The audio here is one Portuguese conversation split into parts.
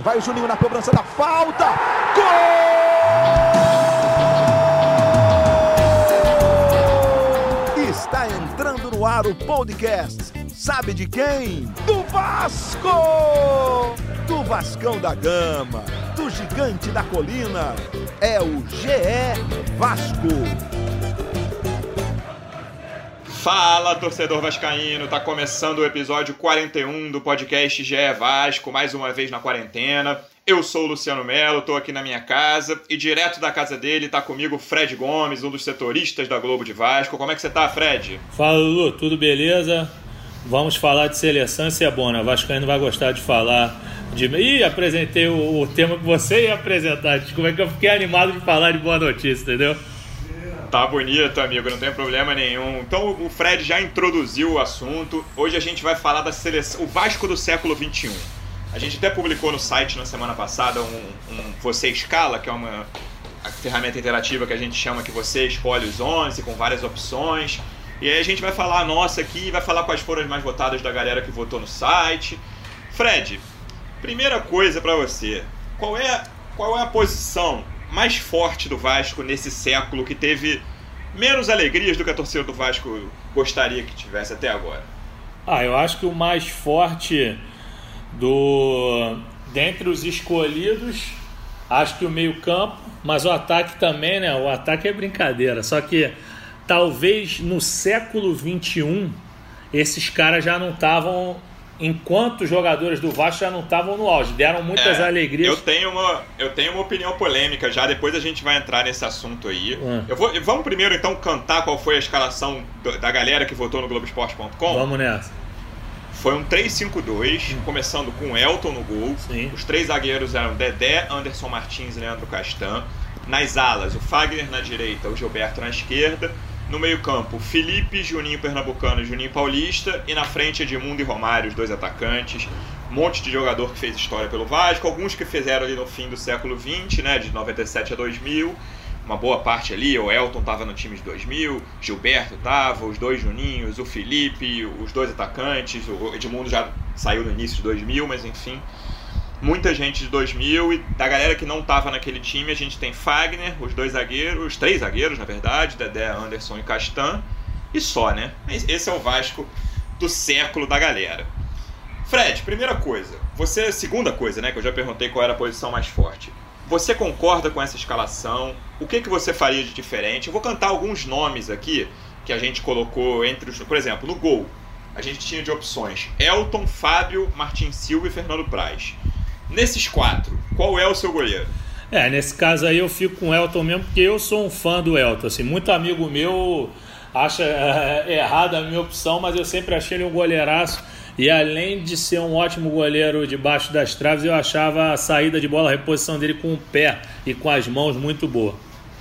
Vai o Juninho na cobrança da falta. Gol! Está entrando no ar o podcast. Sabe de quem? Do Vasco! Do Vascão da Gama, do Gigante da Colina. É o GE Vasco. Fala, torcedor vascaíno, tá começando o episódio 41 do podcast GE Vasco, mais uma vez na quarentena. Eu sou o Luciano Melo, tô aqui na minha casa e direto da casa dele tá comigo o Fred Gomes, um dos setoristas da Globo de Vasco. Como é que você tá, Fred? Fala, Lulu, tudo beleza? Vamos falar de seleção, isso é bom, né? O vascaíno vai gostar de falar de... Ih, apresentei o tema que você ia apresentar. Como é que eu fiquei animado de falar de boa notícia, entendeu? Tá bonito, amigo, não tem problema nenhum. Então o Fred já introduziu o assunto. Hoje a gente vai falar da seleção, o Vasco do século XXI. A gente até publicou no site na semana passada um Você Escala, que é uma ferramenta interativa que a gente chama que você escolhe os 11 com várias opções. E aí a gente vai falar a nossa aqui, vai falar quais foram as mais votadas da galera que votou no site. Fred, primeira coisa pra você, qual é a posição mais forte do Vasco nesse século que teve menos alegrias do que a torcida do Vasco gostaria que tivesse até agora? Eu acho que o mais forte dentre os escolhidos, acho que o meio-campo, mas o ataque também, né? O ataque é brincadeira, só que talvez no século XXI esses caras já não estavam, enquanto os jogadores do Vasco já não estavam no auge, deram muitas alegrias. Eu tenho uma opinião polêmica já, depois a gente vai entrar nesse assunto aí. Vamos primeiro então cantar qual foi a escalação da galera que votou no Globoesporte.com? Vamos nessa. Foi um 3-5-2, começando com Elton no gol. Sim. Os três zagueiros eram Dedé, Anderson Martins e Leandro Castan. Nas alas, o Fagner na direita, o Gilberto na esquerda. No meio-campo, Felipe, Juninho Pernambucano e Juninho Paulista. E na frente, Edmundo e Romário, os dois atacantes. Um monte de jogador que fez história pelo Vasco. Alguns que fizeram ali no fim do século XX, né, de 97 a 2000. Uma boa parte ali, o Elton estava no time de 2000, Gilberto estava, os dois Juninhos, o Felipe, os dois atacantes. O Edmundo já saiu no início de 2000, mas enfim... Muita gente de 2000, e da galera que não estava naquele time a gente tem Fagner, os três zagueiros na verdade, Dedé, Anderson e Castan, e só, né? Esse é o Vasco do século da galera. Fred, primeira coisa, segunda coisa, né, que eu já perguntei qual era a posição mais forte. Você concorda com essa escalação? O que você faria de diferente? Eu vou cantar alguns nomes aqui que a gente colocou entre os... Por exemplo, no gol, a gente tinha de opções Elton, Fábio, Martin Silva e Fernando Praz. Nesses quatro, qual é o seu goleiro? Nesse caso aí eu fico com o Elton mesmo, porque eu sou um fã do Elton. Assim, muito amigo meu acha errada a minha opção, mas eu sempre achei ele um goleiraço. E além de ser um ótimo goleiro debaixo das traves, eu achava a saída de bola, a reposição dele com o pé e com as mãos muito boa.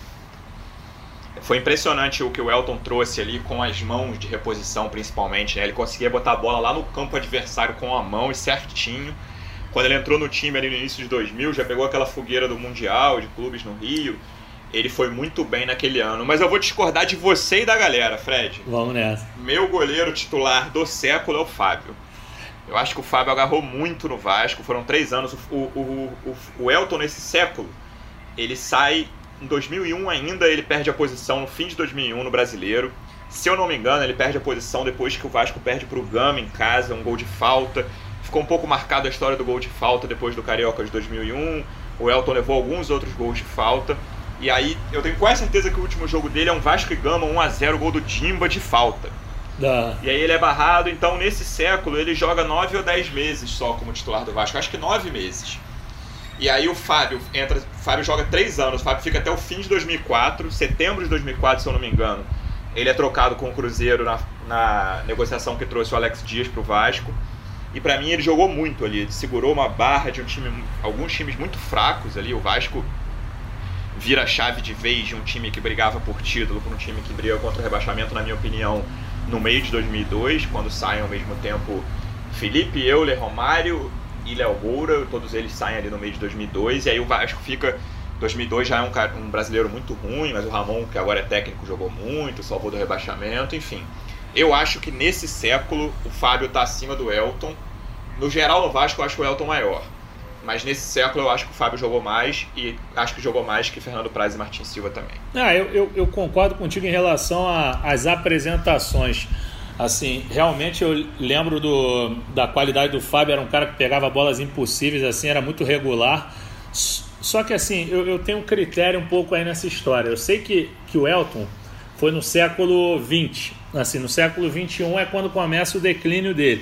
Foi impressionante o que o Elton trouxe ali com as mãos de reposição, principalmente, né? Ele conseguia botar a bola lá no campo adversário com a mão e certinho. Quando ele entrou no time ali no início de 2000, já pegou aquela fogueira do Mundial de clubes no Rio. Ele foi muito bem naquele ano. Mas eu vou discordar de você e da galera, Fred. Vamos nessa. Meu goleiro titular do século é o Fábio. Eu acho que o Fábio agarrou muito no Vasco. Foram 3 anos. O Elton, nesse século, ele sai em 2001 ainda. Ele perde a posição no fim de 2001 no Brasileiro. Se eu não me engano, ele perde a posição depois que o Vasco perde para o Gama em casa, um gol de falta. Ficou um pouco marcada a história do gol de falta depois do Carioca de 2001. O Elton levou alguns outros gols de falta. E aí eu tenho quase certeza que o último jogo dele é um Vasco e Gama 1-0, gol do Dimba de falta. E aí ele é barrado. Então nesse século ele joga 9 ou 10 meses só como titular do Vasco. Acho que 9 meses. E aí o Fábio joga 3 anos. O Fábio fica até o fim de 2004, setembro de 2004, se eu não me engano. Ele é trocado com o Cruzeiro na negociação que trouxe o Alex Dias pro Vasco. E pra mim ele jogou muito ali, ele segurou uma barra de alguns times muito fracos ali. O Vasco vira a chave de vez de um time que brigava por título para um time que briga contra o rebaixamento, na minha opinião, no meio de 2002, quando saem ao mesmo tempo Felipe, Euler, Romário e Léo Moura, todos eles saem ali no meio de 2002, e aí o Vasco fica... 2002 já é um brasileiro muito ruim, mas o Ramon, que agora é técnico, jogou muito, salvou do rebaixamento, enfim. Eu acho que nesse século o Fábio está acima do Elton. No geral, no Vasco, eu acho o Elton maior. Mas nesse século eu acho que o Fábio jogou mais e acho que jogou mais que Fernando Praz e Martin Silva também. Eu concordo contigo em relação às apresentações. Assim, realmente eu lembro da qualidade do Fábio, era um cara que pegava bolas impossíveis, assim, era muito regular. Só que assim, eu tenho um critério um pouco aí nessa história. Eu sei que o Elton foi no século XX, assim, no século XXI é quando começa o declínio dele.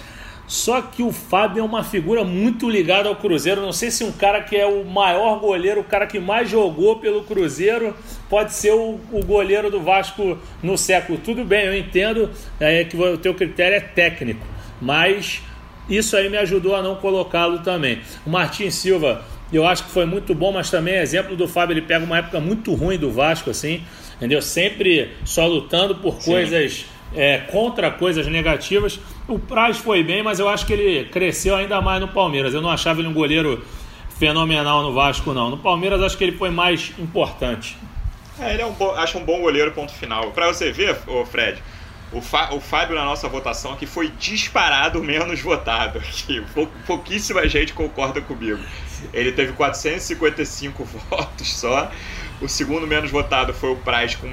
Só que o Fábio é uma figura muito ligada ao Cruzeiro. Não sei se um cara que é o maior goleiro, o cara que mais jogou pelo Cruzeiro, pode ser o goleiro do Vasco no século. Tudo bem, eu entendo que o teu critério é técnico, mas isso aí me ajudou a não colocá-lo também. O Martin Silva, eu acho que foi muito bom, mas também é exemplo do Fábio. Ele pega uma época muito ruim do Vasco, assim, entendeu? Sempre só lutando por coisas... contra coisas negativas. O Praz foi bem, mas eu acho que ele cresceu ainda mais no Palmeiras. Eu não achava ele um goleiro fenomenal no Vasco, não. No Palmeiras acho que ele foi mais importante. Ele é acho um bom goleiro, ponto final. Pra você ver, Fred, o Fábio na nossa votação aqui foi disparado menos votado aqui. Pouquíssima gente concorda comigo. Ele teve 455 votos só. O segundo menos votado foi o Praz com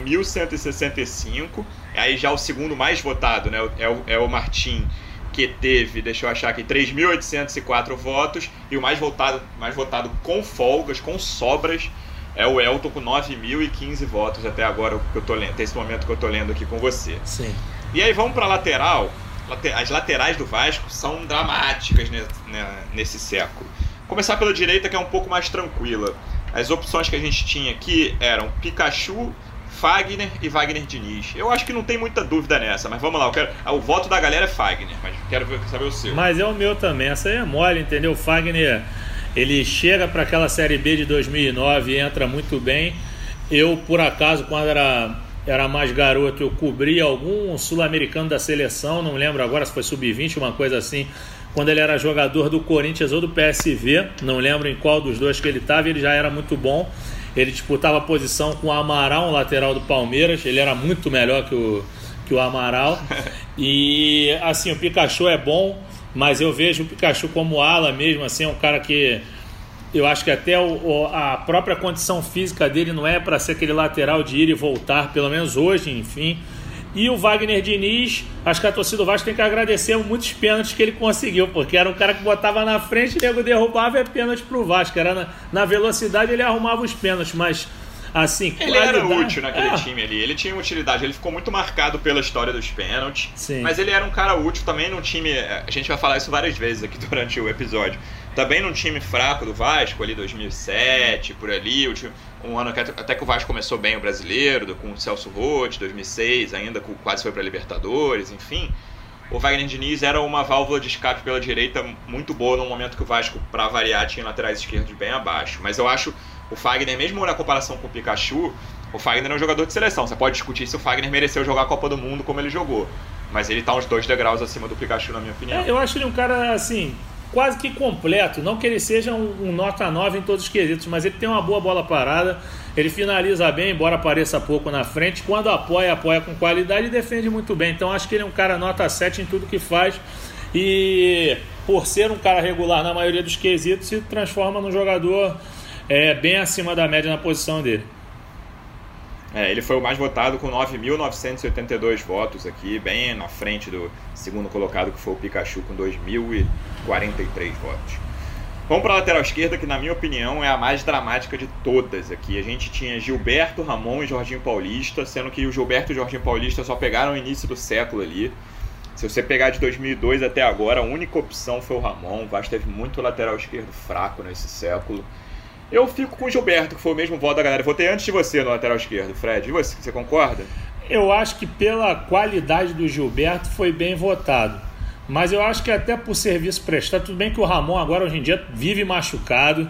1.165. Aí já o segundo mais votado, né, é o Martim, que teve, deixa eu achar aqui, 3.804 votos. E o mais votado com folgas, com sobras, é o Elton com 9.015 votos até agora, que eu tô lendo, até esse momento que eu tô lendo aqui com você. Sim. E aí vamos para a lateral. As laterais do Vasco são dramáticas nesse século. Começar pela direita, que é um pouco mais tranquila. As opções que a gente tinha aqui eram Pikachu, Fagner e Wagner Diniz. Eu acho que não tem muita dúvida nessa, mas vamos lá. O voto da galera é Fagner, mas quero saber o seu. Mas é o meu também. Essa aí é mole, entendeu? O Fagner, ele chega para aquela Série B de 2009 e entra muito bem. Eu, por acaso, quando era mais garoto, eu cobri algum sul-americano da seleção, não lembro agora se foi sub-20, uma coisa assim, quando ele era jogador do Corinthians ou do PSV, não lembro em qual dos dois que ele estava, ele já era muito bom. Ele disputava a posição com o Amaral, um lateral do Palmeiras. Ele era muito melhor que o Amaral. E assim, o Pikachu é bom, mas eu vejo o Pikachu como ala mesmo, assim, é um cara que eu acho que até a própria condição física dele não é para ser aquele lateral de ir e voltar, pelo menos hoje, enfim. E o Wagner Diniz, acho que a torcida do Vasco tem que agradecer muitos pênaltis que ele conseguiu, porque era um cara que botava na frente, o nego derrubava e é pênalti pro Vasco. Era na velocidade ele arrumava os pênaltis, mas assim... Ele era útil naquele time ali, ele tinha utilidade, ele ficou muito marcado pela história dos pênaltis. Sim. Mas ele era um cara útil também num time, a gente vai falar isso várias vezes aqui durante o episódio, também num time fraco do Vasco, ali 2007, por ali, um ano até que o Vasco começou bem o brasileiro, com o Celso Roth, 2006 ainda, quase foi para Libertadores, enfim. O Wagner Diniz era uma válvula de escape pela direita muito boa no momento que o Vasco, para variar, tinha laterais esquerdos bem abaixo. Mas eu acho o Fagner, mesmo na comparação com o Pikachu, o Fagner é um jogador de seleção. Você pode discutir se o Fagner mereceu jogar a Copa do Mundo como ele jogou, mas ele tá uns 2 degraus acima do Pikachu, na minha opinião. Eu acho ele um cara, assim, quase que completo. Não que ele seja um nota 9 em todos os quesitos, mas ele tem uma boa bola parada, ele finaliza bem, embora apareça pouco na frente. Quando apoia com qualidade e defende muito bem. Então acho que ele é um cara nota 7 em tudo que faz. E por ser um cara regular na maioria dos quesitos, se transforma num jogador bem acima da média na posição dele. Ele foi o mais votado com 9.982 votos aqui, bem na frente do segundo colocado, que foi o Pikachu, com 2.043 votos. Vamos para a lateral esquerda, que na minha opinião é a mais dramática de todas aqui. A gente tinha Gilberto, Ramon e Jorginho Paulista, sendo que o Gilberto e o Jorginho Paulista só pegaram o início do século ali. Se você pegar de 2002 até agora, a única opção foi o Ramon. O Vasco teve muito lateral esquerdo fraco nesse século. Eu fico com o Gilberto, que foi o mesmo voto da galera. Eu votei antes de você no lateral esquerdo, Fred. E você concorda? Eu acho que pela qualidade do Gilberto foi bem votado. Mas eu acho que até por serviço prestado, tudo bem que o Ramon agora hoje em dia vive machucado,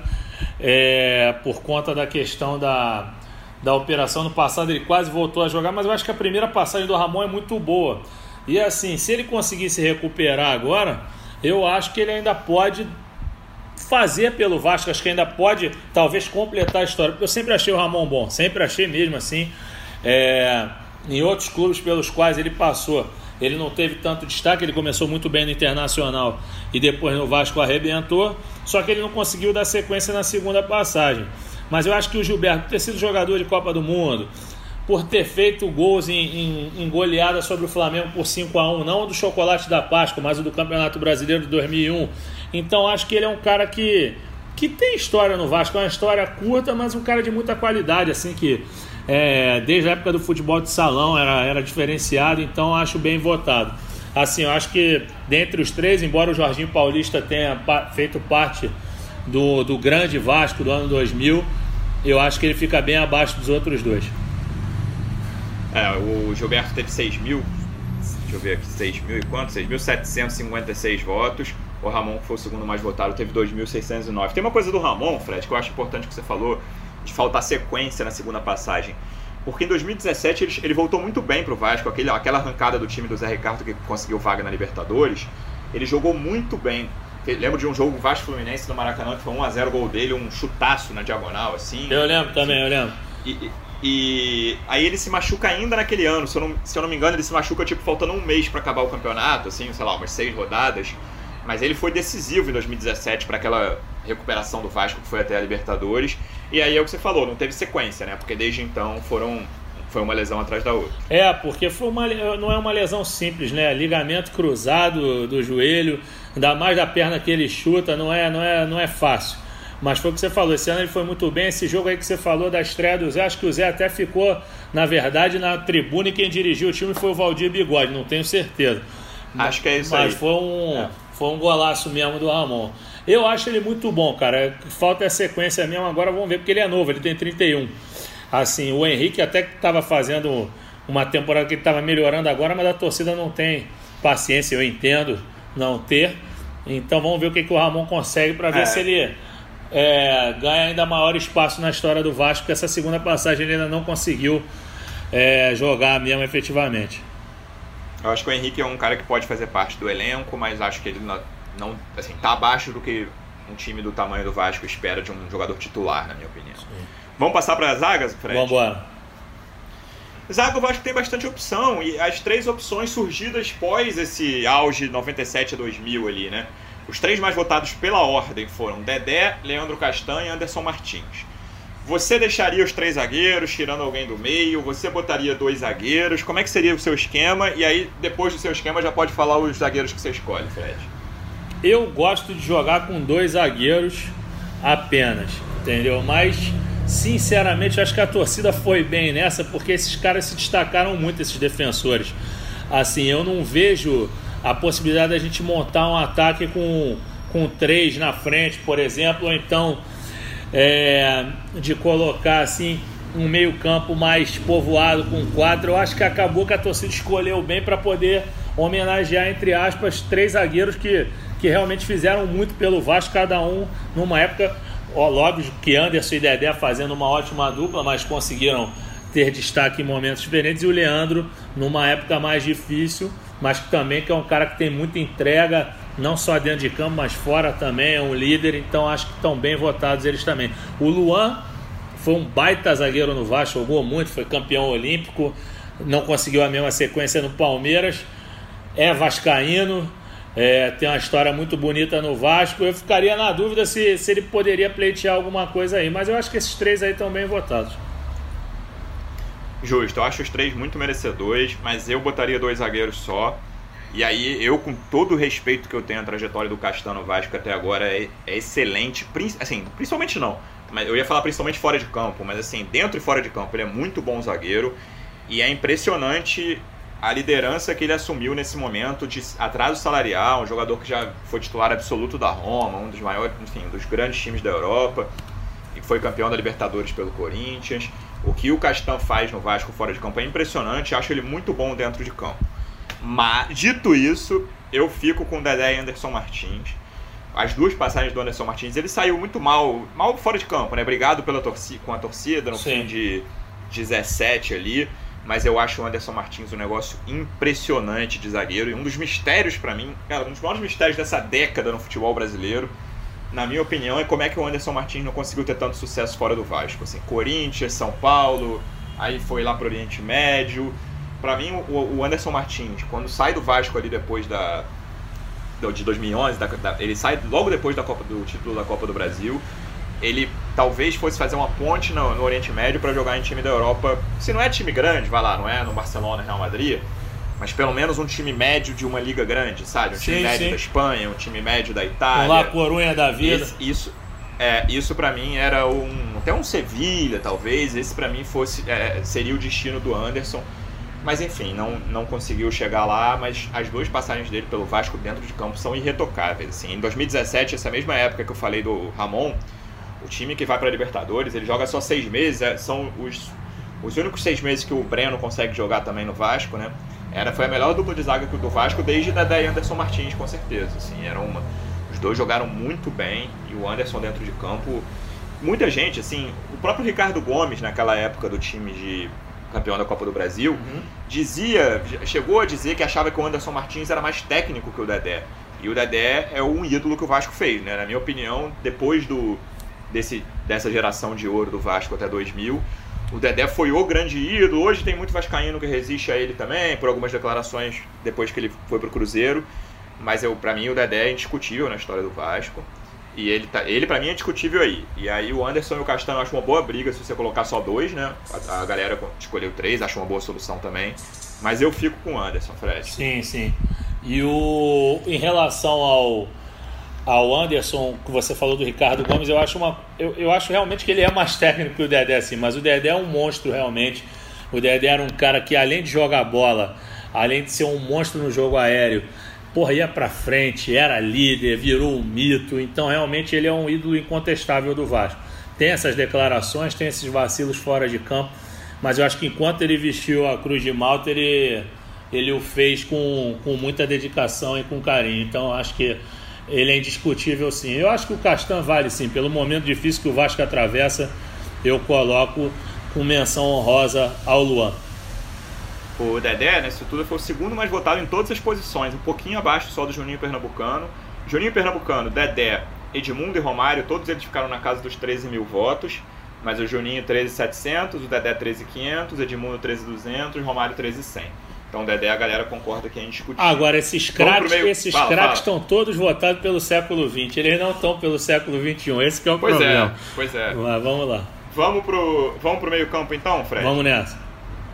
por conta da questão da operação. No passado ele quase voltou a jogar, mas eu acho que a primeira passagem do Ramon é muito boa. E assim, se ele conseguir se recuperar agora, eu acho que ele ainda pode fazer pelo Vasco, acho que ainda pode talvez completar a história, porque eu sempre achei o Ramon bom, sempre achei mesmo assim, em outros clubes pelos quais ele passou. ele não teve tanto destaque, ele começou muito bem no Internacional e depois no Vasco arrebentou, só que ele não conseguiu dar sequência na segunda passagem. Mas eu acho que o Gilberto, por ter sido jogador de Copa do Mundo, por ter feito gols em goleada sobre o Flamengo por 5-1, não o do Chocolate da Páscoa, mas o do Campeonato Brasileiro de 2001, então acho que ele é um cara que tem história no Vasco, é uma história curta, mas um cara de muita qualidade, assim, que desde a época do futebol de salão era diferenciado, então acho bem votado. Assim, eu acho que dentre os três, embora o Jorginho Paulista tenha feito parte do grande Vasco do ano 2000, eu acho que ele fica bem abaixo dos outros dois. O Gilberto teve 6.000, deixa eu ver aqui, 6.000 e quanto? 6.756 votos. O Ramon, que foi o segundo mais votado, teve 2.609. Tem uma coisa do Ramon, Fred, que eu acho importante que você falou, de faltar sequência na segunda passagem. Porque em 2017 ele voltou muito bem pro Vasco, aquela arrancada do time do Zé Ricardo que conseguiu vaga na Libertadores, ele jogou muito bem. Lembro de um jogo Vasco Fluminense no Maracanã, que foi 1-0 o gol dele, um chutaço na diagonal, assim. Eu lembro também, eu lembro. E aí ele se machuca ainda naquele ano, se eu não me engano, ele se machuca tipo faltando um mês para acabar o campeonato, assim, sei lá, umas 6 rodadas. Mas ele foi decisivo em 2017 para aquela recuperação do Vasco que foi até a Libertadores. E aí é o que você falou, não teve sequência, né? Porque desde então foi uma lesão atrás da outra. Porque não é uma lesão simples, né? Ligamento cruzado do joelho, ainda mais da perna que ele chuta, não é fácil. Mas foi o que você falou, esse ano ele foi muito bem. Esse jogo aí que você falou da estreia do Zé, acho que o Zé até ficou, na verdade, na tribuna, e quem dirigiu o time foi o Valdir Bigode, não tenho certeza. Acho que é isso aí. Mas foi um golaço mesmo do Ramon. Eu acho ele muito bom, cara. Falta a sequência mesmo, agora vamos ver, porque ele é novo, ele tem 31. Assim, o Henrique até que estava fazendo uma temporada que ele estava melhorando agora, mas a torcida não tem paciência, eu entendo não ter. Então vamos ver o que o Ramon consegue para ver se ele ganha ainda maior espaço na história do Vasco, porque essa segunda passagem ele ainda não conseguiu jogar mesmo efetivamente. Eu acho que o Henrique é um cara que pode fazer parte do elenco, mas acho que ele não assim, tá abaixo do que um time do tamanho do Vasco espera de um jogador titular, na minha opinião. Sim. Vamos passar para as zagas, Fred? Vamos embora. Zaga, o Vasco tem bastante opção, e as 3 opções surgidas pós esse auge 97 a 2000 ali, né? Os 3 mais votados pela ordem foram Dedé, Leandro Castanho e Anderson Martins. Você deixaria os 3 zagueiros, tirando alguém do meio? Você botaria 2 zagueiros? Como é que seria o seu esquema? E aí, depois do seu esquema, já pode falar os zagueiros que você escolhe, Fred. Eu gosto de jogar com 2 zagueiros apenas, entendeu? Mas, sinceramente, eu acho que a torcida foi bem nessa, porque esses caras se destacaram muito, esses defensores. Assim, eu não vejo a possibilidade da gente montar um ataque com 3 na frente, por exemplo, ou então de colocar assim um meio campo mais povoado com 4. Eu acho que acabou que a torcida escolheu bem para poder homenagear, entre aspas, 3 zagueiros que realmente fizeram muito pelo Vasco, cada um numa época, óbvio que Anderson e Dedé fazendo uma ótima dupla, mas conseguiram ter destaque em momentos diferentes, e o Leandro numa época mais difícil, mas que é um cara que tem muita entrega, não só dentro de campo, mas fora também, é um líder, então acho que estão bem votados eles também. O Luan foi um baita zagueiro no Vasco, jogou muito, foi campeão olímpico, não conseguiu a mesma sequência no Palmeiras, é vascaíno, tem uma história muito bonita no Vasco. Eu ficaria na dúvida se ele poderia pleitear alguma coisa aí, mas eu acho que esses 3 aí estão bem votados. Justo, eu acho os 3 muito merecedores, mas eu botaria 2 zagueiros só. E aí eu, com todo o respeito que eu tenho à trajetória do Castanho no Vasco até agora, é excelente, assim, principalmente não, mas eu ia falar principalmente fora de campo, mas assim, dentro e fora de campo ele é muito bom zagueiro, e é impressionante a liderança que ele assumiu nesse momento de atraso salarial, um jogador que já foi titular absoluto da Roma, um dos maiores, enfim, dos grandes times da Europa, e foi campeão da Libertadores pelo Corinthians. O que o Castanho faz no Vasco fora de campo é impressionante, acho ele muito bom dentro de campo. Mas, dito isso, eu fico com o Dedé e Anderson Martins. As 2 passagens do Anderson Martins, ele saiu muito mal fora de campo, né? Brigado com a torcida no fim de 17 ali. Mas eu acho o Anderson Martins um negócio impressionante de zagueiro. E um dos mistérios pra mim, cara, um dos maiores mistérios dessa década no futebol brasileiro, na minha opinião, é como é que o Anderson Martins não conseguiu ter tanto sucesso fora do Vasco. Assim, Corinthians, São Paulo, aí foi lá pro Oriente Médio. Pra mim, o Anderson Martins, quando sai do Vasco ali depois de 2011, ele sai logo depois do título da Copa do Brasil. Ele talvez fosse fazer uma ponte no Oriente Médio para jogar em time da Europa. Se não é time grande, vai lá, não é no Barcelona, Real Madrid, mas pelo menos um time médio de uma liga grande, sabe? Um time médio da Espanha, um time médio da Itália. Lá, Corunha da vida. Isso para mim era até um Sevilha, talvez. Esse para mim seria o destino do Anderson. Mas enfim, não conseguiu chegar lá, mas as duas passagens dele pelo Vasco dentro de campo são irretocáveis. Assim. Em 2017, essa mesma época que eu falei do Ramon, o time que vai para a Libertadores, ele joga só 6 meses, são os únicos 6 meses que o Breno consegue jogar também no Vasco, né? Foi a melhor dupla de zaga do Vasco desde Dedé e Anderson Martins, com certeza. Assim, os dois jogaram muito bem e o Anderson dentro de campo, muita gente, assim, o próprio Ricardo Gomes, naquela época do time de campeão da Copa do Brasil, chegou a dizer que achava que o Anderson Martins era mais técnico que o Dedé. E o Dedé é um ídolo que o Vasco fez, né? Na minha opinião, depois dessa geração de ouro do Vasco até 2000, o Dedé foi o grande ídolo. Hoje tem muito vascaíno que resiste a ele também, por algumas declarações depois que ele foi pro Cruzeiro. Mas pra mim o Dedé é indiscutível na história do Vasco. E ele pra mim é discutível aí. E aí o Anderson e o Castanho eu acho uma boa briga se você colocar só 2, né? A galera escolheu 3, acho uma boa solução também. Mas eu fico com o Anderson, Fred. Sim. E em relação ao Anderson, que você falou do Ricardo Gomes, eu acho realmente que ele é mais técnico que o Dedé, assim, mas o Dedé é um monstro realmente. O Dedé era um cara que, além de jogar bola, além de ser um monstro no jogo aéreo, ia pra frente, era líder, virou um mito. Então realmente ele é um ídolo incontestável do Vasco. Tem essas declarações, tem esses vacilos fora de campo, mas eu acho que enquanto ele vestiu a Cruz de Malta, ele o fez com muita dedicação e com carinho. Então eu acho que ele é indiscutível, sim. Eu acho que o Castan vale, sim. Pelo momento difícil que o Vasco atravessa, eu coloco com menção honrosa ao Luan. O Dedé, nesse tudo, foi o segundo mais votado em todas as posições, um pouquinho abaixo só do Juninho Pernambucano. Juninho Pernambucano, Dedé, Edmundo e Romário, todos eles ficaram na casa dos 13 mil votos, mas o Juninho 13.700, o Dedé 13.500, Edmundo 13.200, Romário 13.100. Então o Dedé, a galera concorda que é indiscutível. Agora, esses craques estão todos votados pelo século XX, eles não estão pelo século XXI, esse que é o problema. Pois é. Mas vamos lá. Vamos pro meio campo então, Fred? Vamos nessa.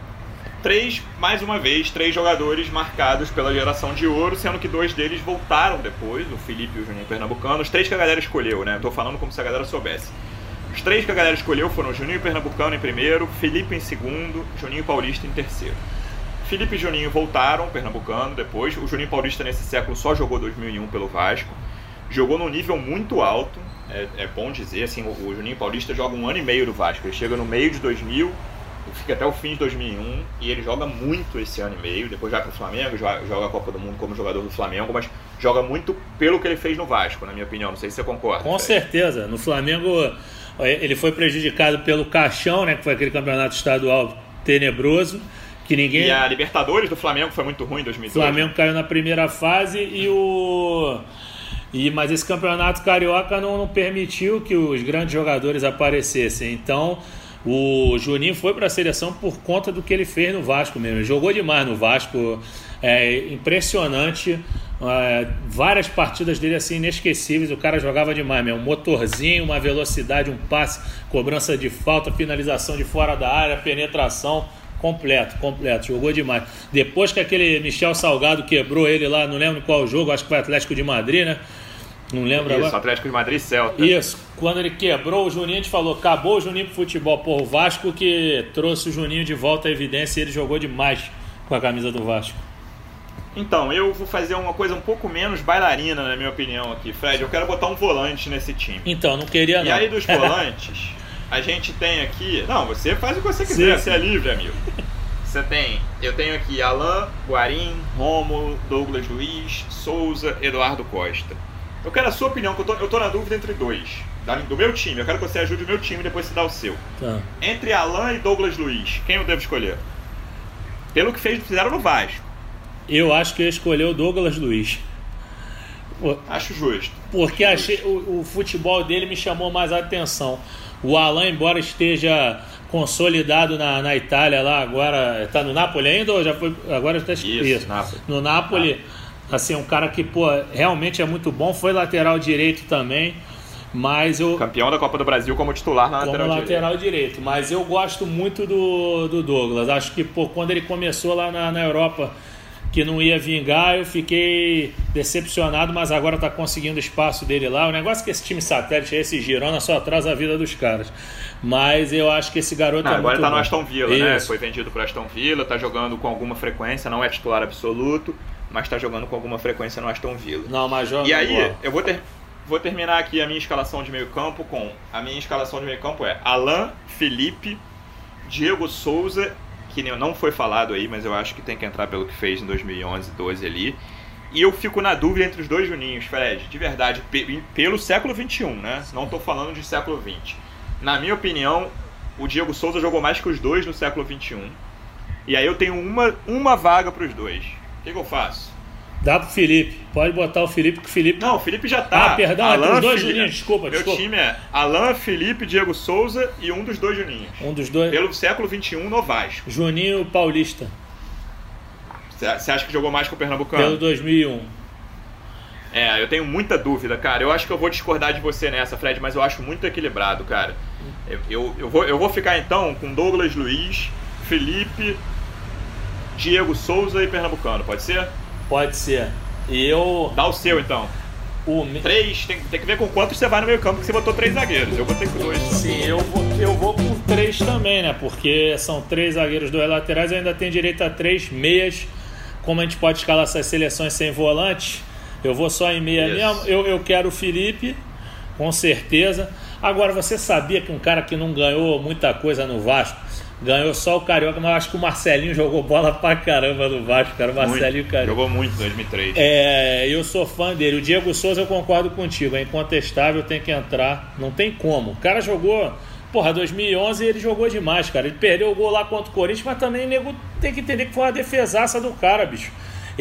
Mais uma vez, 3 jogadores marcados pela geração de ouro, sendo que 2 deles voltaram depois, o Felipe e o Juninho Pernambucano. Os 3 que a galera escolheu, né? Eu tô falando como se a galera soubesse. Os 3 que a galera escolheu foram o Juninho Pernambucano em primeiro, Felipe em segundo, Juninho Paulista em terceiro. Felipe e Juninho voltaram, Pernambucano, depois. O Juninho Paulista nesse século só jogou 2001 pelo Vasco. Jogou num nível muito alto, é bom dizer, assim, o Juninho Paulista joga 1 ano e meio no Vasco. Ele chega no meio de 2000, fica até o fim de 2001 e ele joga muito esse ano e meio. Depois vai pro Flamengo, joga a Copa do Mundo como jogador do Flamengo, mas joga muito pelo que ele fez no Vasco, na minha opinião. Não sei se você concorda. Com certeza. No Flamengo ele foi prejudicado pelo Caixão, né, que foi aquele campeonato estadual tenebroso. E a Libertadores do Flamengo foi muito ruim em 2002. O Flamengo caiu na primeira fase mas esse campeonato carioca não permitiu que os grandes jogadores aparecessem. Então o Juninho foi para a seleção por conta do que ele fez no Vasco mesmo. Ele jogou demais no Vasco, impressionante. Várias partidas dele assim inesquecíveis. O cara jogava demais mesmo, um motorzinho, uma velocidade, um passe, cobrança de falta, finalização de fora da área, penetração. Completo, jogou demais. Depois que aquele Michel Salgado quebrou ele lá, não lembro qual jogo, acho que foi Atlético de Madrid, né? Não lembro agora. Isso, Atlético de Madrid e Celta. Isso, quando ele quebrou o Juninho, a gente falou, acabou o Juninho pro futebol. O Vasco que trouxe o Juninho de volta à evidência e ele jogou demais com a camisa do Vasco. Então, eu vou fazer uma coisa um pouco menos bailarina, na minha opinião aqui, Fred. Eu quero botar um volante nesse time. Então, não queria não. E aí dos volantes... A gente tem aqui... Não, você faz o que você quiser, você é livre, amigo. Eu tenho aqui Alain, Guarim, Rômulo, Douglas Luiz, Souza, Eduardo Costa. Eu quero a sua opinião, que eu tô na dúvida entre 2. Do meu time, eu quero que você ajude o meu time e depois você dá o seu. Tá. Entre Alain e Douglas Luiz, quem eu devo escolher? Pelo que fizeram no Vasco. Eu acho que eu escolhi o Douglas Luiz. Acho justo. Porque achei o futebol dele me chamou mais a atenção. O Alan, embora esteja consolidado na Itália lá, agora está no Napoli ainda ou já foi? Agora está isso. No Napoli, assim, um cara que realmente é muito bom, foi lateral direito também, mas campeão da Copa do Brasil como titular na lateral direito. Mas eu gosto muito do Douglas. Acho que quando ele começou lá na Europa, que não ia vingar, eu fiquei decepcionado, mas agora está conseguindo o espaço dele lá. O negócio é que esse time satélite, esse Girona, só atrasa a vida dos caras. Mas eu acho que esse garoto é muito bom. Agora está no Aston Villa, né? Foi vendido para Aston Villa, está jogando com alguma frequência, não é titular absoluto, mas está jogando com alguma frequência no Aston Villa. Não, mas joga. E aí, eu vou terminar aqui a minha escalação de meio campo com... A minha escalação de meio campo é Alan, Felipe, Diego Souza, que não foi falado aí, mas eu acho que tem que entrar pelo que fez em 2011, 12 ali. E eu fico na dúvida entre os dois Juninhos, Fred, de verdade, pelo século XXI, né? Não estou falando de século XX. Na minha opinião, o Diego Souza jogou mais que os dois no século XXI. E aí eu tenho uma vaga para os dois. O que eu faço? Dá pro Felipe. Pode botar o Felipe, que o Felipe... Não, o Felipe já tá. Perdão, Alan, os dois Juninhos, desculpa. Meu time é Alan, Felipe, Diego Souza e um dos dois Juninhos. Um dos dois. Pelo século XXI no Vasco. Juninho Paulista. Você acha que jogou mais que o Pernambucano? Pelo 2001. Eu tenho muita dúvida, cara. Eu acho que eu vou discordar de você nessa, Fred, mas eu acho muito equilibrado, cara. Eu vou ficar então com Douglas Luiz, Felipe, Diego Souza e Pernambucano, pode ser? Pode ser. Dá o seu, então. 3, tem que ver com quantos você vai no meio campo, que você botou 3 zagueiros. Eu botei com 2. Sim, eu vou com 3 também, né? Porque são 3 zagueiros, 2 laterais, eu ainda tenho direito a 3 meias. Como a gente pode escalar essas seleções sem volante, eu vou só em meia mesmo. Eu quero o Felipe, com certeza. Agora, você sabia que um cara que não ganhou muita coisa no Vasco, ganhou só o Carioca, mas eu acho que o Marcelinho jogou bola pra caramba no Vasco, cara. O Marcelinho Carioca. Jogou muito em 2003. Eu sou fã dele. O Diego Souza, eu concordo contigo. É incontestável, tem que entrar. Não tem como. O cara jogou... 2011 ele jogou demais, cara. Ele perdeu o gol lá contra o Corinthians, mas também o nego tem que entender que foi uma defesaça do cara, bicho.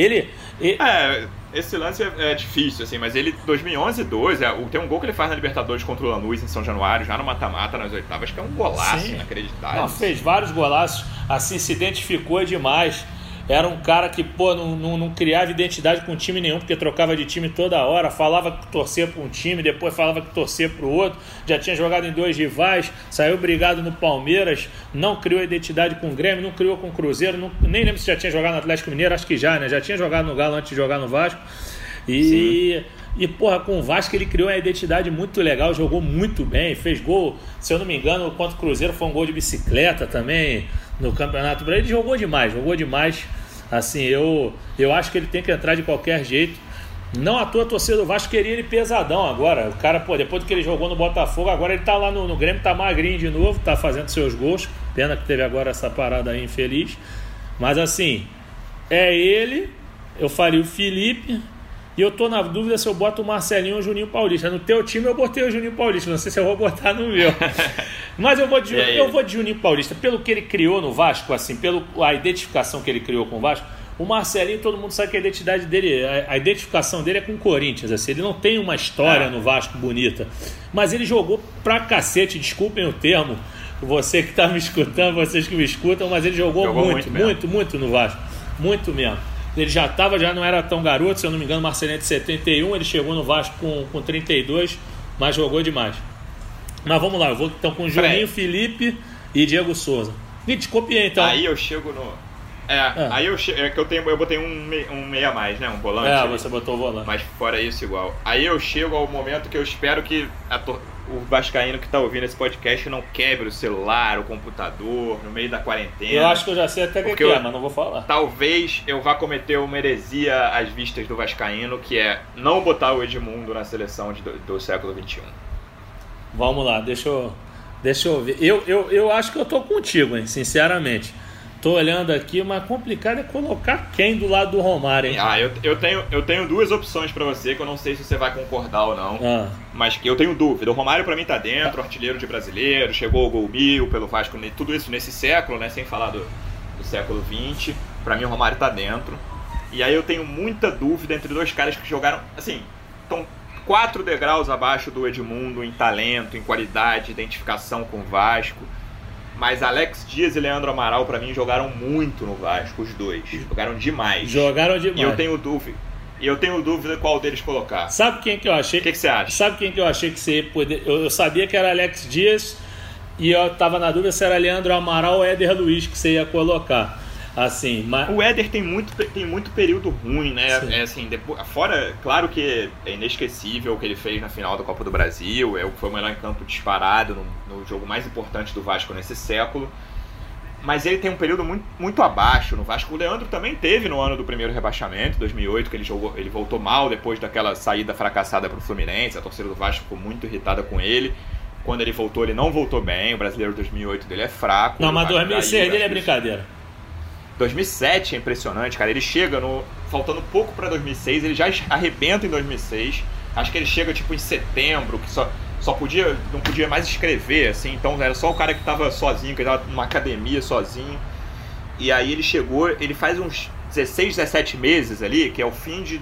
Esse lance é difícil, assim, mas ele, 2011 e 12, tem um gol que ele faz na Libertadores contra o Lanús em São Januário, já no mata-mata, nas oitavas, que é um golaço. Sim. Inacreditável. Não, fez vários golaços, assim, se identificou demais. Era um cara que, não criava identidade com time nenhum, porque trocava de time toda hora, falava que torcia para um time, depois falava que torcia para o outro, já tinha jogado em 2 rivais, saiu brigado no Palmeiras, não criou identidade com o Grêmio, não criou com o Cruzeiro, nem lembro se já tinha jogado no Atlético Mineiro, acho que já, né? Já tinha jogado no Galo antes de jogar no Vasco. E com o Vasco ele criou uma identidade muito legal, jogou muito bem, fez gol, se eu não me engano, contra o Cruzeiro foi um gol de bicicleta também no Campeonato Brasileiro. Ele jogou demais. Assim, eu acho que ele tem que entrar de qualquer jeito. Não à toa a torcida do Vasco queria ele pesadão agora. O cara, depois do que ele jogou no Botafogo, agora ele tá lá no Grêmio, tá magrinho de novo, tá fazendo seus gols. Pena que teve agora essa parada aí infeliz. Mas assim, é ele, eu faria o Felipe. E eu tô na dúvida se eu boto o Marcelinho ou o Juninho Paulista. No teu time eu botei o Juninho Paulista, não sei se eu vou botar no meu. Mas eu vou de Juninho Paulista. Pelo que ele criou no Vasco, assim, pela identificação que ele criou com o Vasco, o Marcelinho, todo mundo sabe que a identidade dele, a identificação dele é com o Corinthians. Assim, ele não tem uma história no Vasco bonita. Mas ele jogou pra cacete, desculpem o termo, você que tá me escutando, vocês que me escutam, mas ele jogou muito no Vasco. Muito mesmo. Ele já não era tão garoto, se eu não me engano, Marcelinho é de 71, ele chegou no Vasco com 32, mas jogou demais. Mas vamos lá, eu vou então com Juninho, Felipe e Diego Souza. E te copiei então. Aí eu chego no... Aí eu botei um meia a mais, né? Um volante. Você botou o volante. Mas fora isso, igual. Aí eu chego ao momento que eu espero que o vascaíno que tá ouvindo esse podcast não quebre o celular, o computador, no meio da quarentena. Eu acho que eu já sei até o que é, mas não vou falar. Talvez eu vá cometer uma heresia às vistas do vascaíno, que é não botar o Edmundo na seleção do século XXI. Vamos lá, deixa eu ver. Eu acho que eu tô contigo, hein, sinceramente. Tô olhando aqui, mas complicado é colocar quem do lado do Romário, hein? Eu tenho 2 opções pra você, que eu não sei se você vai concordar ou não, mas que eu tenho dúvida. O Romário pra mim tá dentro, artilheiro de brasileiro, chegou ao gol 1000 pelo Vasco, tudo isso nesse século, né? Sem falar do século XX. Pra mim o Romário tá dentro. E aí eu tenho muita dúvida entre 2 caras que jogaram, assim, estão 4 degraus abaixo do Edmundo em talento, em qualidade, identificação com o Vasco. Mas Alex Dias e Leandro Amaral, pra mim, jogaram muito no Vasco, os dois. Jogaram demais. E eu tenho dúvida qual deles colocar. Sabe quem que eu achei? O que você acha? Sabe quem que eu achei que você ia poder... Eu sabia que era Alex Dias e eu tava na dúvida se era Leandro Amaral ou Éder Luiz que você ia colocar. Assim, mas... O Éder tem muito período ruim, né? Assim, depois, fora, claro que é inesquecível o que ele fez na final da Copa do Brasil, foi o melhor em campo disparado no jogo mais importante do Vasco nesse século, mas ele tem um período muito abaixo no Vasco. O Leandro também teve no ano do primeiro rebaixamento, 2008, que ele voltou mal depois daquela saída fracassada para o Fluminense, a torcida do Vasco ficou muito irritada com ele. Quando ele voltou, ele não voltou bem, o Brasileiro de 2008 dele é fraco. Não, mas 2006 dele é brincadeira. 2007 é impressionante, cara. Ele chega faltando pouco pra 2006, ele já arrebenta em 2006. Acho que ele chega tipo em setembro, que não podia mais escrever, assim. Então era só o cara que tava sozinho, que tava numa academia sozinho. E aí ele chegou, ele faz uns 16, 17 meses ali, que é o fim de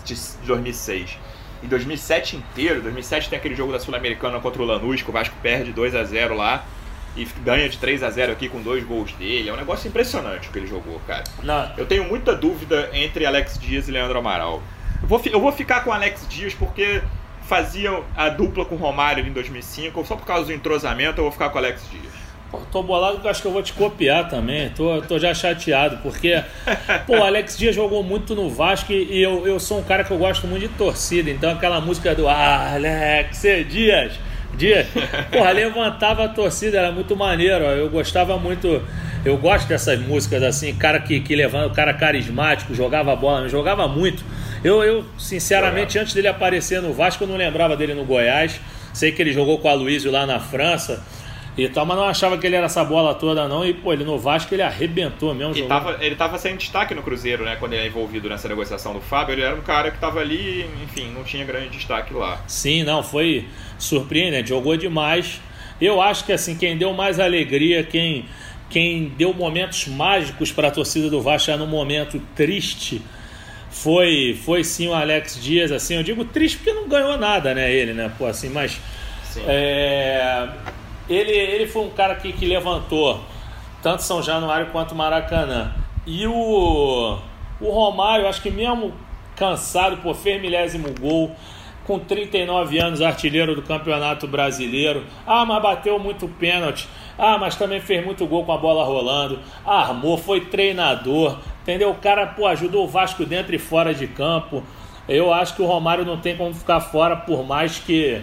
2006. Em 2007 inteiro, 2007 tem aquele jogo da Sul-Americana contra o Lanús, que o Vasco perde 2-0 lá. E ganha de 3-0 aqui com 2 gols dele. É um negócio impressionante o que ele jogou, cara. Não. Eu tenho muita dúvida entre Alex Dias e Leandro Amaral. Eu vou ficar com Alex Dias porque faziam a dupla com o Romário em 2005. Só por causa do entrosamento eu vou ficar com Alex Dias. Pô, tô bolado porque eu acho que eu vou te copiar também. Tô já chateado porque o Alex Dias jogou muito no Vasco e eu sou um cara que eu gosto muito de torcida. Então aquela música do Alex Dias, porra, levantava a torcida, era muito maneiro. Eu gostava muito, eu gosto dessas músicas assim, cara que levanta, cara carismático, jogava bola, jogava muito. Eu sinceramente, antes dele aparecer no Vasco, eu não lembrava dele no Goiás. Sei que ele jogou com o Aloysio lá na França e tal, mas não achava que ele era essa bola toda não. E pô, ele no Vasco ele arrebentou mesmo. Ele tava sem destaque no Cruzeiro, né? Quando ele é envolvido nessa negociação do Fábio, ele era um cara que tava ali, enfim, não tinha grande destaque lá. Sim, não, foi surpreendente, jogou demais. Eu acho que assim, quem deu mais alegria, quem deu momentos mágicos para a torcida do Vasco no momento triste, foi sim o Alex Dias. Assim, eu digo triste porque não ganhou nada, né, ele, né, pô, assim, mas ele foi um cara que levantou tanto São Januário quanto Maracanã. E o Romário, acho que mesmo cansado, pô, fez 1000º gol, com 39 anos, artilheiro do Campeonato Brasileiro. Mas bateu muito pênalti. Mas também fez muito gol com a bola rolando. Armou, foi treinador, entendeu? O cara, pô, ajudou o Vasco dentro e fora de campo. Eu acho que o Romário não tem como ficar fora, por mais que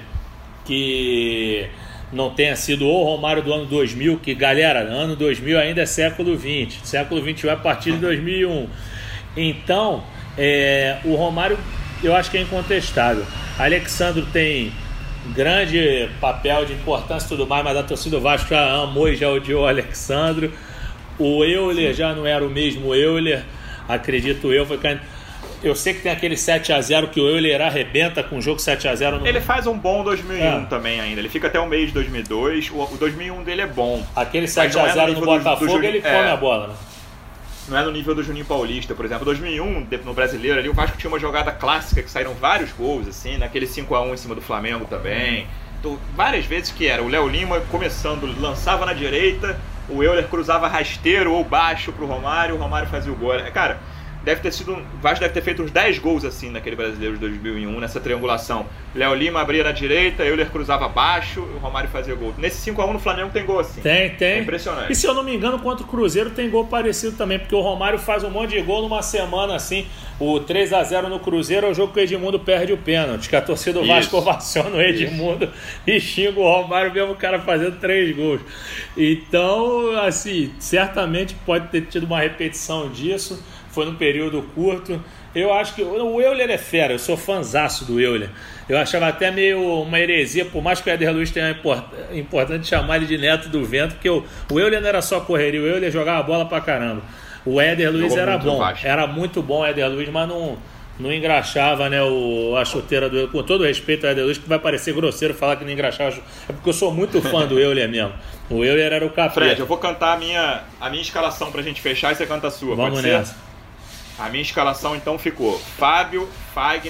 não tenha sido o Romário do ano 2000, que, galera, ano 2000 ainda é século XX. Século XXI é a partir de 2001. Então, o Romário, eu acho que é incontestável. Alexandro tem grande papel de importância e tudo mais, mas a torcida do Vasco já amou e já odiou o Alexandro. O Euler já não era o mesmo Euler, acredito eu. Eu sei que tem aquele 7-0 que o Euler arrebenta com o jogo 7-0. Ele faz um bom 2001 também ainda. Ele fica até o mês de 2002. O 2001 dele é bom. Aquele 7-0 no Botafogo, ele come a bola, né? Não é no nível do Juninho Paulista, por exemplo. 2001, no Brasileiro, ali o Vasco tinha uma jogada clássica que saíram vários gols, assim, naquele 5-1 em cima do Flamengo também. Então, várias vezes que era o Léo Lima começando, lançava na direita, o Euler cruzava rasteiro ou baixo pro Romário, o Romário fazia o gol. Cara, o Vasco deve ter feito uns 10 gols assim naquele Brasileiro de 2001, nessa triangulação. Léo Lima abria na direita, Euler cruzava baixo, o Romário fazia gol. Nesse 5-1 no Flamengo tem gol assim. Tem. É impressionante. E se eu não me engano, contra o Cruzeiro tem gol parecido também, porque o Romário faz um monte de gol numa semana assim. O 3-0 no Cruzeiro é o jogo que o Edmundo perde o pênalti, que a torcida do Vasco ovaciona o Edmundo e xinga o Romário, mesmo o cara fazendo 3 gols. Então, assim, certamente pode ter tido uma repetição disso. Foi num período curto. Eu acho que o Euler é fera, eu sou fãzaço do Euler. Eu achava até meio uma heresia, por mais que o Éder Luiz tenha importante chamar ele de neto do vento, porque o Euler não era só correria, o Euler jogava bola pra caramba. O Éder Luiz era bom, era muito bom o Éder Luiz, mas não engraxava, né, a chuteira do Euler. Com todo respeito ao Éder Luiz, que vai parecer grosseiro falar que não engraxava, é porque eu sou muito fã do Euler mesmo. O Euler era o capeta. Fred, eu vou cantar a minha escalação pra gente fechar e você canta a sua. Vamos nessa. A minha escalação então ficou Fábio, Fagner,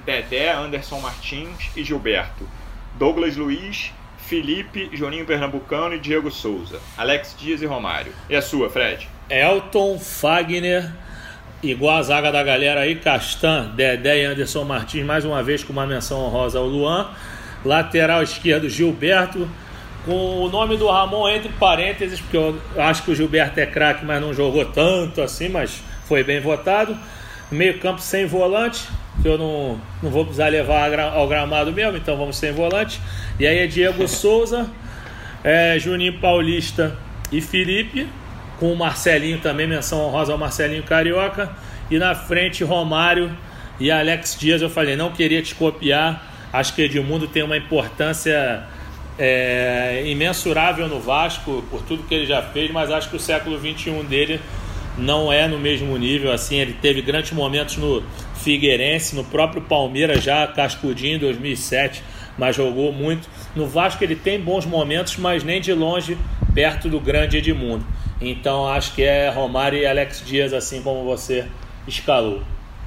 Dedé, Anderson Martins e Gilberto. Douglas Luiz, Felipe, Juninho Pernambucano e Diego Souza. Alex Dias e Romário. E a sua, Fred? Elton, Fagner, igual a zaga da galera aí, Castan, Dedé e Anderson Martins, mais uma vez com uma menção honrosa ao Luan. Lateral esquerdo, Gilberto, com o nome do Ramon entre parênteses, porque eu acho que o Gilberto é craque, mas não jogou tanto assim, mas foi bem votado. Meio campo sem volante, que eu não vou precisar levar ao gramado mesmo, então vamos sem volante. E aí é Diego Souza, Juninho Paulista e Felipe, com o Marcelinho também, menção honrosa ao Marcelinho Carioca. E na frente Romário e Alex Dias. Eu falei, não queria te copiar, acho que Edmundo tem uma importância imensurável no Vasco, por tudo que ele já fez, mas acho que o século XXI dele não é no mesmo nível. Assim, ele teve grandes momentos no Figueirense, no próprio Palmeiras já cascudinho em 2007, mas jogou muito. No Vasco ele tem bons momentos, mas nem de longe perto do grande Edmundo. Então acho que é Romário e Alex Dias, assim como você escalou.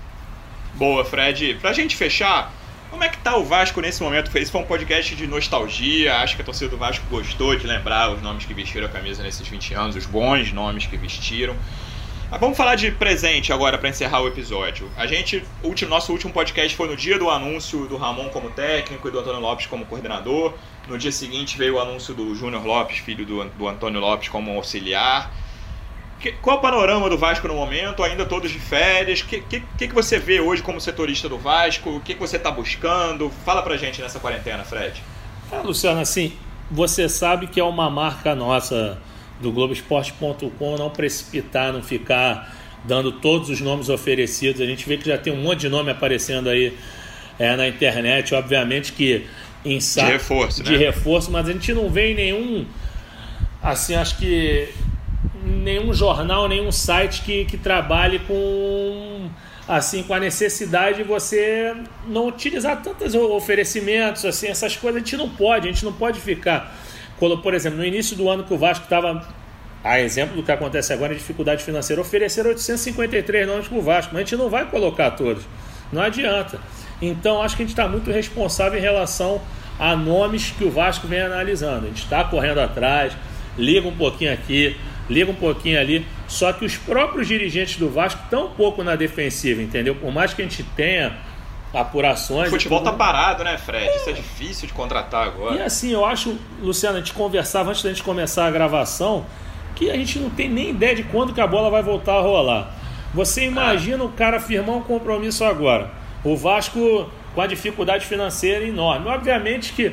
Boa, Fred. Pra gente fechar, como é que tá o Vasco nesse momento? Esse foi um podcast de nostalgia, acho que a torcida do Vasco gostou de lembrar os nomes que vestiram a camisa nesses 20 anos, os bons nomes que vestiram. Mas vamos falar de presente agora para encerrar o episódio. Nosso último podcast foi no dia do anúncio do Ramon como técnico e do Antônio Lopes como coordenador. No dia seguinte veio o anúncio do Júnior Lopes, filho do Antônio Lopes, como auxiliar. Qual é o panorama do Vasco no momento? Ainda todos de férias? O que você vê hoje como setorista do Vasco? O que você está buscando? Fala pra gente nessa quarentena, Fred. Luciano, assim, você sabe que é uma marca nossa do Globoesporte.com não precipitar, não ficar dando todos os nomes oferecidos. A gente vê que já tem um monte de nome aparecendo aí na internet, obviamente que de reforço, de reforço, mas a gente não vê em nenhum, assim, acho que nenhum jornal, nenhum site que trabalhe com a necessidade de você não utilizar tantos oferecimentos, assim, essas coisas. A gente não pode ficar, por exemplo, no início do ano que o Vasco estava, a exemplo do que acontece agora, em dificuldade financeira, ofereceram 853 nomes para o Vasco, mas a gente não vai colocar todos, não adianta. Então acho que a gente está muito responsável em relação a nomes que o Vasco vem analisando. A gente está correndo atrás, liga um pouquinho aqui, liga um pouquinho ali, só que os próprios dirigentes do Vasco estão um pouco na defensiva, entendeu? Por mais que a gente tenha apurações... O futebol tá parado, né, Fred? Isso é difícil de contratar agora. E assim, eu acho, Luciano, a gente conversava antes da gente começar a gravação, que a gente não tem nem ideia de quando que a bola vai voltar a rolar. Você imagina o cara firmar um compromisso agora. O Vasco com a dificuldade financeira enorme. Obviamente que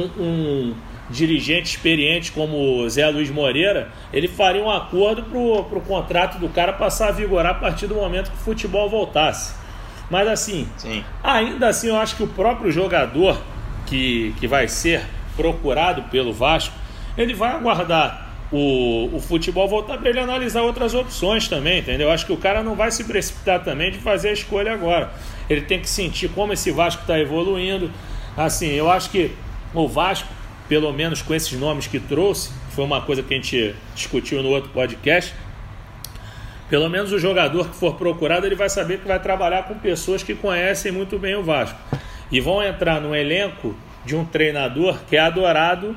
um dirigente experiente como o Zé Luiz Moreira, ele faria um acordo para o contrato do cara passar a vigorar a partir do momento que o futebol voltasse. Mas assim, sim, ainda assim eu acho que o próprio jogador que vai ser procurado pelo Vasco, ele vai aguardar o futebol voltar para ele analisar outras opções também, entendeu? Eu acho que o cara não vai se precipitar também de fazer a escolha agora. Ele tem que sentir como esse Vasco está evoluindo. Assim, eu acho que o Vasco, pelo menos com esses nomes que trouxe, foi uma coisa que a gente discutiu no outro podcast, pelo menos o jogador que for procurado, ele vai saber que vai trabalhar com pessoas que conhecem muito bem o Vasco e vão entrar no elenco de um treinador que é adorado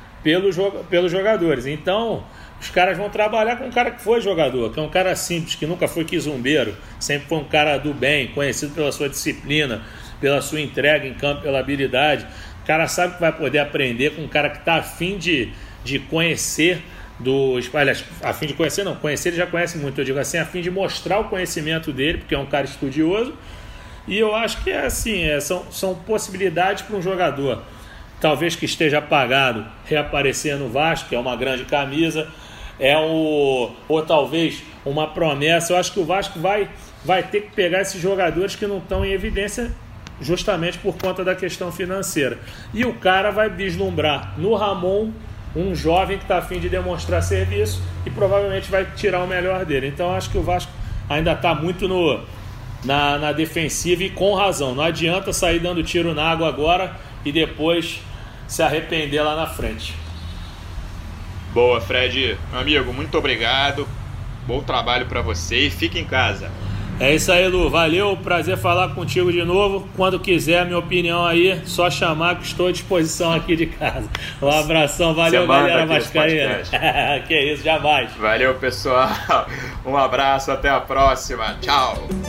pelos jogadores. Então os caras vão trabalhar com um cara que foi jogador, que é um cara simples, que nunca foi quizumbeiro, sempre foi um cara do bem, conhecido pela sua disciplina, pela sua entrega em campo, pela habilidade. O cara sabe que vai poder aprender com um cara que está a fim de conhecer aliás, a fim de conhecer não, conhecer ele já conhece muito, eu digo assim, a fim de mostrar o conhecimento dele, porque é um cara estudioso. E eu acho que é assim, são possibilidades para um jogador, talvez que esteja apagado, reaparecer no Vasco, que é uma grande camisa, ou talvez uma promessa. Eu acho que o Vasco vai ter que pegar esses jogadores que não estão em evidência justamente por conta da questão financeira. E o cara vai vislumbrar no Ramon um jovem que está a fim de demonstrar serviço e provavelmente vai tirar o melhor dele. Então acho que o Vasco ainda está muito na defensiva e com razão. Não adianta sair dando tiro na água agora e depois se arrepender lá na frente. Boa, Fred. Meu amigo, muito obrigado. Bom trabalho para você e fique em casa. É isso aí, Lu. Valeu, prazer falar contigo de novo. Quando quiser a minha opinião aí, só chamar que estou à disposição aqui de casa. Um abração, valeu, galera vascaína. Que isso, jamais. Valeu, pessoal. Um abraço, até a próxima. Tchau.